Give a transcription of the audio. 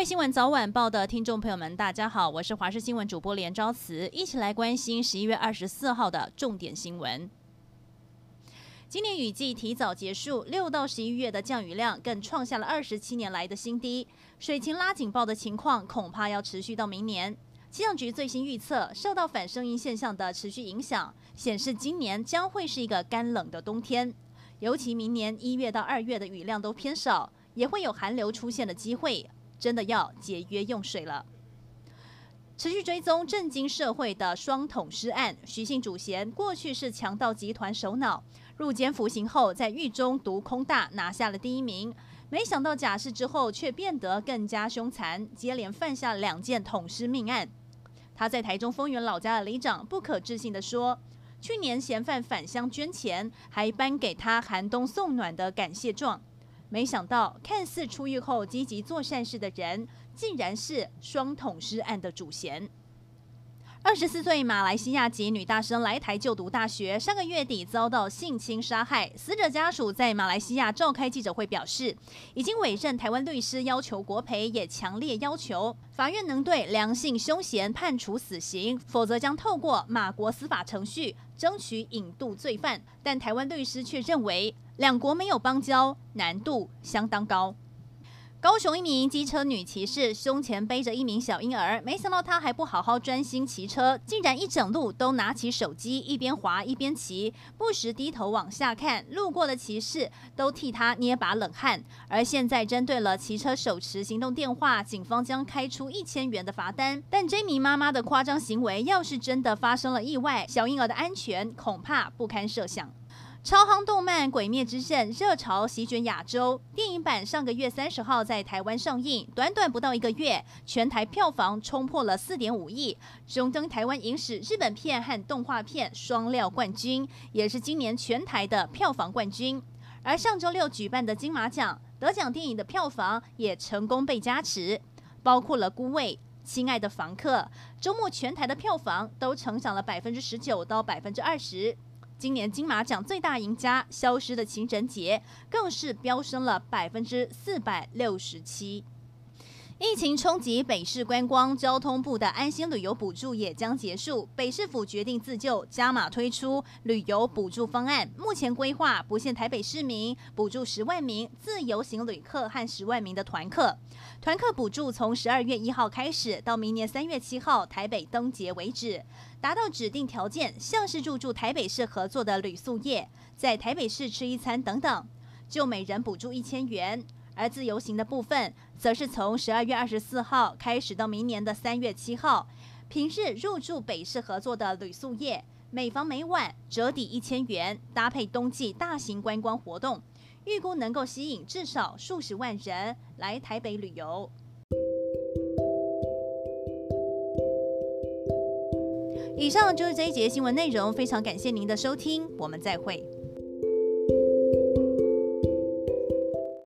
位新闻早晚报的听众朋友们，大家好，我是华视新闻主播连昭慈，一起来关心11月24号的重点新闻。今年雨季提早结束，6到11月的降雨量更创下了27年来的新低，水情拉警报的情况恐怕要持续到明年。气象局最新预测，受到反声音现象的持续影响，显示今年将会是一个干冷的冬天，尤其明年1月到2月的雨量都偏少，也会有寒流出现的机会，真的要节约用水了。持续追踪震惊社会的双桶尸案，徐姓主嫌过去是强盗集团首脑，入监服刑后在狱中独空大，拿下了第1名。没想到假释之后却变得更加凶残，接连犯下2件桶尸命案。他在台中丰原老家的里长不可置信地说，去年嫌犯返乡捐钱，还颁给他寒冬送暖的感谢状。没想到看似出狱后积极做善事的人，竟然是双桶尸案的主嫌。24岁马来西亚籍女大生来台就读大学，上个月底遭到性侵杀害，死者家属在马来西亚召开记者会表示，已经委任台湾律师要求国赔，也强烈要求法院能对良性凶嫌判处死刑，否则将透过马国司法程序争取引渡罪犯。但台湾律师却认为两国没有邦交，难度相当高。高雄一名机车女骑士胸前背着1名小婴儿，没想到她还不好好专心骑车，竟然一整路都拿起手机，一边滑一边骑，不时低头往下看，路过的骑士都替她捏把冷汗。而现在针对了骑车手持行动电话，警方将开出1000元的罚单。但这名妈妈的夸张行为，要是真的发生了意外，小婴儿的安全恐怕不堪设想。超夯动漫《鬼灭之刃》热潮席卷亚洲，电影版上个月30号在台湾上映，短短不到1个月，全台票房冲破了4.5亿，荣登台湾影史日本片和动画片双料冠军，也是今年全台的票房冠军。而上周6举办的金马奖，得奖电影的票房也成功被加持，包括了《孤味》、亲爱的房客，周末全台的票房都成长了19%到20%。今年金马奖最大赢家《消失的情人节》更是飙升了467%。疫情冲击北市观光，交通部的安心旅游补助也将结束。北市府决定自救，加码推出旅游补助方案。目前规划不限台北市民，补助10万名自由行旅客和10万名的团客。团客补助从12月1号开始，到明年3月7号台北灯节为止。达到指定条件，像是入住台北市合作的旅宿业，在台北市吃1餐等等，就每人补助1000元。而自由行的部分，则是从12月24号开始到明年的3月7号，平日入住北市合作的旅宿业，每房每晚折抵1000元，搭配冬季大型观光活动，预估能够吸引至少数十万人来台北旅游。以上就是这一节新闻内容，非常感谢您的收听，我们再会。